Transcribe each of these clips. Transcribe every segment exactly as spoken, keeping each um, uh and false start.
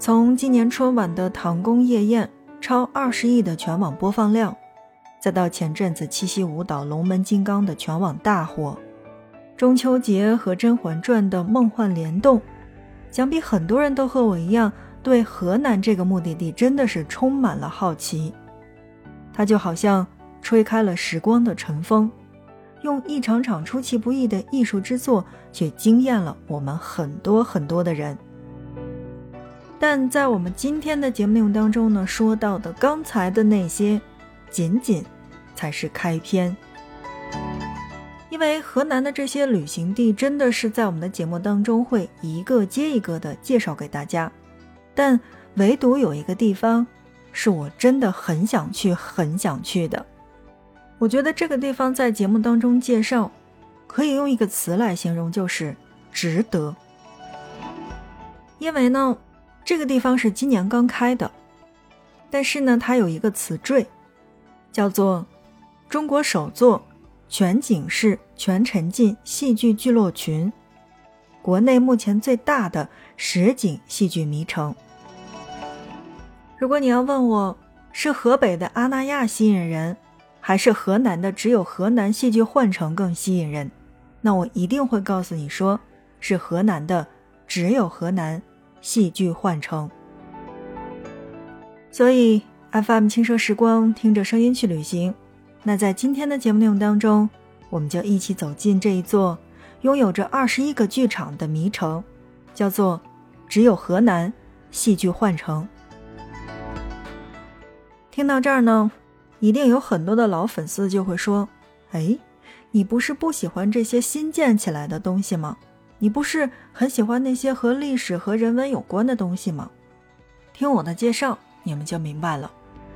从今年春晚的唐宫夜宴超二十亿的全网播放量，再到前阵子七夕舞蹈龙门金刚的全网大火，中秋节和甄嬛传的梦幻联动，想必很多人都和我一样，对河南这个目的地真的是充满了好奇。它就好像吹开了时光的尘封，用一场场出其不意的艺术之作却惊艳了我们很多很多的人。但在我们今天的节目内容当中呢，说到的刚才的那些仅仅才是开篇。因为河南的这些旅行地真的是在我们的节目当中会一个接一个的介绍给大家，但唯独有一个地方是我真的很想去很想去的。我觉得这个地方在节目当中介绍可以用一个词来形容，就是值得。因为呢这个地方是今年刚开的，但是呢它有一个词缀，叫做中国首座全景式全沉浸戏剧聚落群，国内目前最大的实景戏剧迷城。如果你要问我是河北的阿那亚吸引人，还是河南的只有河南戏剧幻城更吸引人，那我一定会告诉你说是河南的只有河南戏剧幻城。所以 F M 轻奢时光，听着声音去旅行。那在今天的节目内容当中，我们就一起走进这一座拥有着二十一个剧场的迷城，叫做只有河南戏剧幻城。听到这儿呢，一定有很多的老粉丝就会说，哎，你不是不喜欢这些新建起来的东西吗？你不是很喜欢那些和历史和人文有关的东西吗？听我的介绍你们就明白了。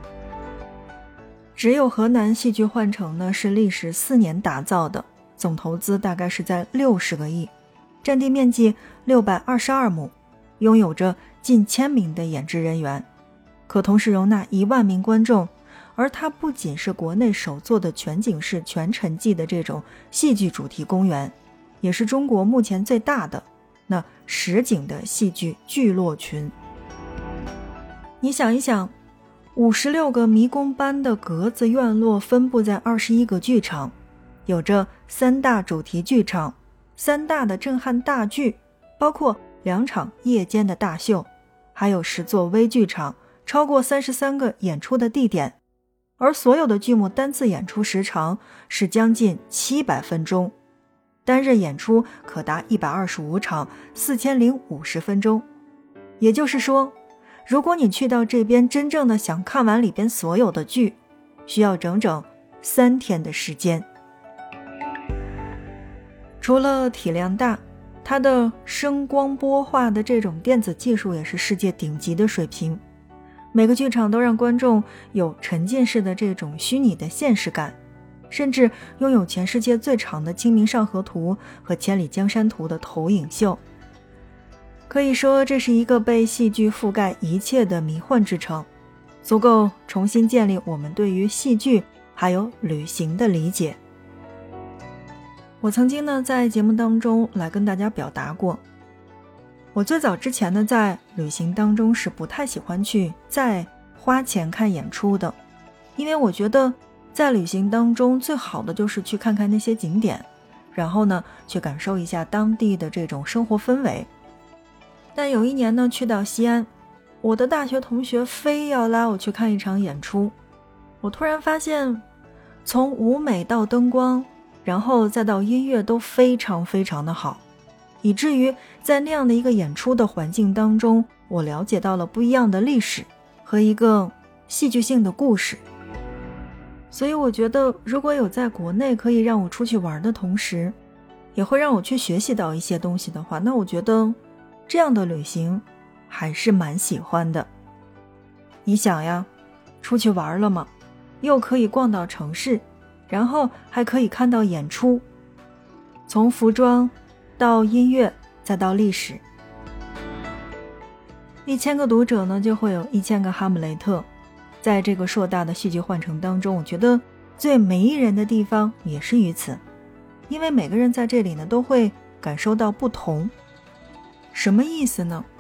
只有河南戏剧幻城呢，是历时四年打造的，总投资大概是在六十个亿，占地面积六百二十二亩，拥有着近千名的演职人员，可同时容纳一万名观众。而它不仅是国内首座的全景式全沉浸的这种戏剧主题公园，也是中国目前最大的那实景的戏剧聚落群。你想一想，五十六个迷宫般的格子院落分布在二十一个剧场，有着三大主题剧场，三大的震撼大剧，包括两场夜间的大秀，还有十座微剧场，超过三十三个演出的地点。而所有的剧目单次演出时长是将近七百分钟，单日演出可达一百二十五场，四千零五十分钟。也就是说，如果你去到这边真正的想看完里边所有的剧，需要整整三天的时间。除了体量大，它的声光波画的这种电子技术也是世界顶级的水平。每个剧场都让观众有沉浸式的这种虚拟的现实感，甚至拥有全世界最长的清明上河图和千里江山图的投影秀。可以说这是一个被戏剧覆盖一切的迷幻之城，足够重新建立我们对于戏剧还有旅行的理解。我曾经呢在节目当中来跟大家表达过，我最早之前呢在旅行当中是不太喜欢去再花钱看演出的，因为我觉得在旅行当中最好的就是去看看那些景点，然后呢去感受一下当地的这种生活氛围。但有一年呢去到西安，我的大学同学非要拉我去看一场演出，我突然发现从舞美到灯光，然后再到音乐都非常非常的好，以至于在那样的一个演出的环境当中，我了解到了不一样的历史和一个戏剧性的故事。所以我觉得如果有在国内可以让我出去玩的同时，也会让我去学习到一些东西的话，那我觉得这样的旅行还是蛮喜欢的。你想呀，出去玩了嘛，又可以逛到城市，然后还可以看到演出，从服装到音乐再到历史。一千个读者呢，就会有一千个哈姆雷特。在这个硕大的戏剧幻城当中，我觉得最迷人的地方也是于此，因为每个人在这里呢都会感受到不同。什么意思呢？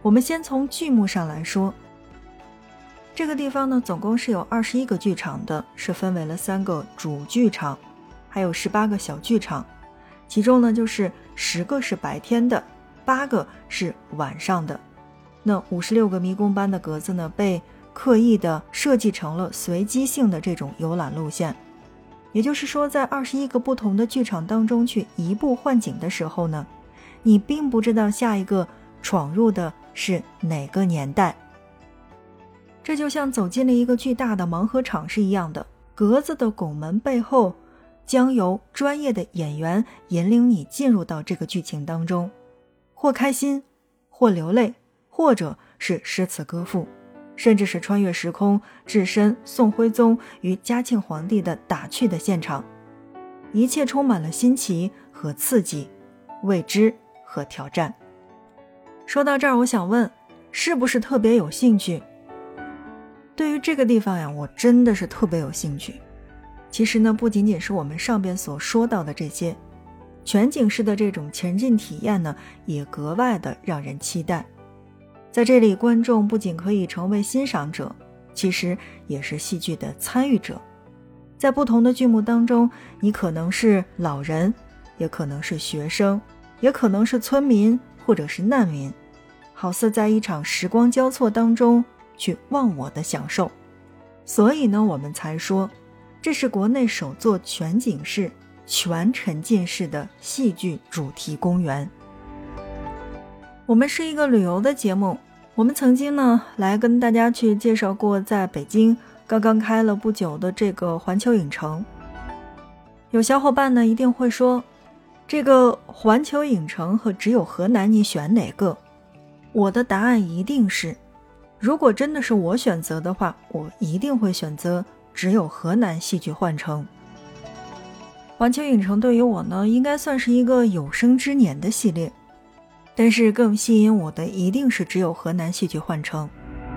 我们先从剧目上来说，这个地方呢，总共是有二十一个剧场的，是分为了三个主剧场，还有十八个小剧场，其中呢就是十个是白天的，八个是晚上的。那五十六个迷宫般的格子呢，被刻意的设计成了随机性的这种游览路线。也就是说，在二十一个不同的剧场当中去移步换景的时候呢，你并不知道下一个闯入的是哪个年代。这就像走进了一个巨大的盲盒场是一样的，格子的拱门背后将由专业的演员引领你进入到这个剧情当中，或开心，或流泪，或者是诗词歌赋，甚至是穿越时空，置身宋徽宗与嘉庆皇帝的打趣的现场，一切充满了新奇和刺激，未知和挑战。说到这儿，我想问，是不是特别有兴趣？对于这个地方呀，我真的是特别有兴趣。其实呢，不仅仅是我们上边所说到的这些，全景式的这种沉浸体验呢，也格外的让人期待。在这里，观众不仅可以成为欣赏者，其实也是戏剧的参与者。在不同的剧目当中，你可能是老人，也可能是学生，也可能是村民，或者是难民，好似在一场时光交错当中去忘我的享受。所以呢，我们才说这是国内首座全景式全沉浸式的戏剧主题公园。我们是一个旅游的节目，我们曾经呢来跟大家去介绍过在北京刚刚开了不久的这个环球影城。有小伙伴呢一定会说，这个环球影城和只有河南你选哪个？我的答案一定是，如果真的是我选择的话，我一定会选择只有河南戏剧幻城。环球影城对于我呢，应该算是一个有生之年的系列，但是更吸引我的一定是只有河南戏剧幻城。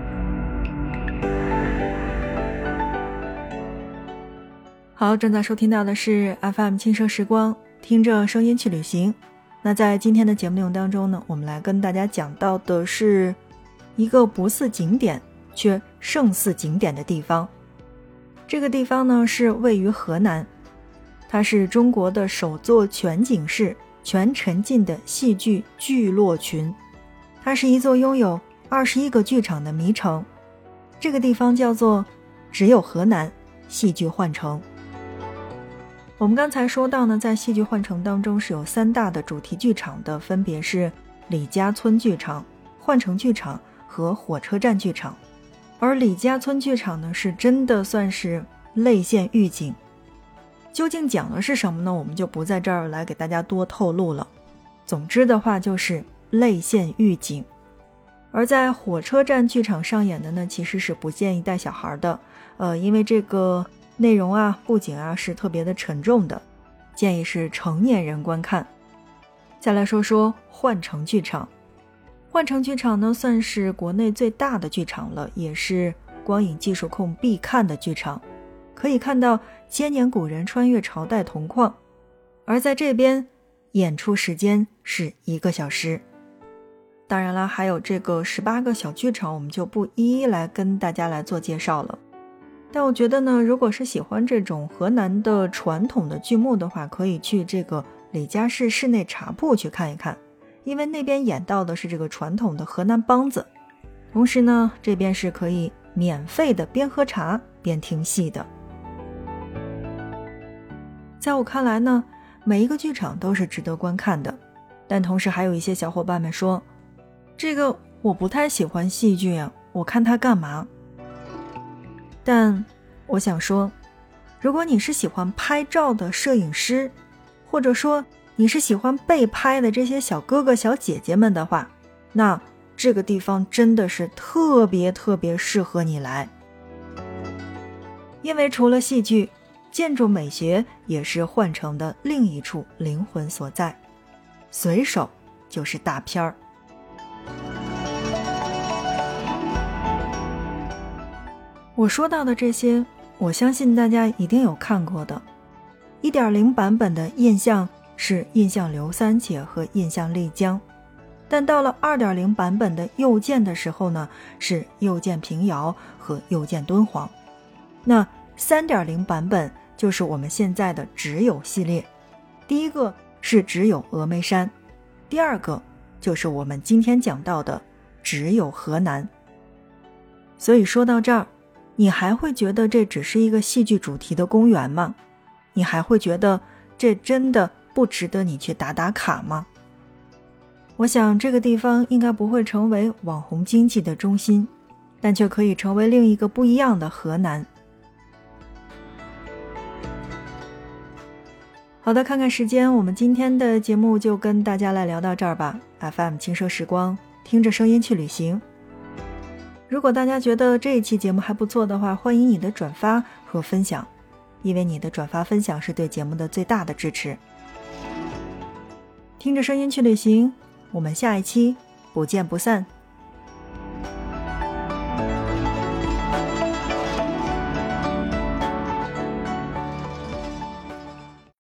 好，正在收听到的是 F M 轻声时光，听着声音去旅行。那在今天的节目内容当中呢，我们来跟大家讲到的是一个不似景点却胜似景点的地方。这个地方呢是位于河南，它是中国的首座全景式全沉浸的戏剧聚落群，它是一座拥有二十一个剧场的迷城。这个地方叫做只有河南戏剧幻城。我们刚才说到呢，在戏剧幻城当中是有三大的主题剧场的，分别是李家村剧场、幻城剧场和火车站剧场。而李家村剧场呢，是真的算是泪腺预警。究竟讲的是什么呢？我们就不在这儿来给大家多透露了。总之的话就是泪腺预警。而在火车站剧场上演的呢，其实是不建议带小孩的，呃，因为这个内容啊、布景啊是特别的沉重的，建议是成年人观看。再来说说幻城剧场。幻城剧场呢，算是国内最大的剧场了，也是光影技术控必看的剧场，可以看到千年古人穿越朝代铜矿。而在这边演出时间是一个小时。当然了，还有这个十八个小剧场，我们就不一一来跟大家来做介绍了。但我觉得呢，如果是喜欢这种河南的传统的剧目的话，可以去这个李家市室内茶铺去看一看，因为那边演到的是这个传统的河南梆子。同时呢，这边是可以免费的边喝茶边听戏的。在我看来呢，每一个剧场都是值得观看的，但同时还有一些小伙伴们说，这个我不太喜欢戏剧啊，我看它干嘛？但我想说，如果你是喜欢拍照的摄影师，或者说你是喜欢被拍的这些小哥哥小姐姐们的话，那这个地方真的是特别特别适合你来。因为除了戏剧，建筑美学也是幻城的另一处灵魂所在，随手就是大片儿。我说到的这些，我相信大家一定有看过的。一点零 版本的印象是印象刘三姐和印象丽江， 但到了 二点零 版本的右键的时候呢，是右键平遥和右键敦煌。那 三点零 版本就是我们现在的只有系列，第一个是只有峨眉山，第二个就是我们今天讲到的只有河南。所以说到这儿，你还会觉得这只是一个戏剧主题的公园吗？你还会觉得这真的不值得你去打打卡吗？我想这个地方应该不会成为网红经济的中心，但却可以成为另一个不一样的河南。好的，看看时间，我们今天的节目就跟大家来聊到这儿吧。 F M 轻奢时光，听着声音去旅行。如果大家觉得这一期节目还不错的话，欢迎你的转发和分享，因为你的转发分享是对节目的最大的支持。听着声音去旅行，我们下一期不见不散。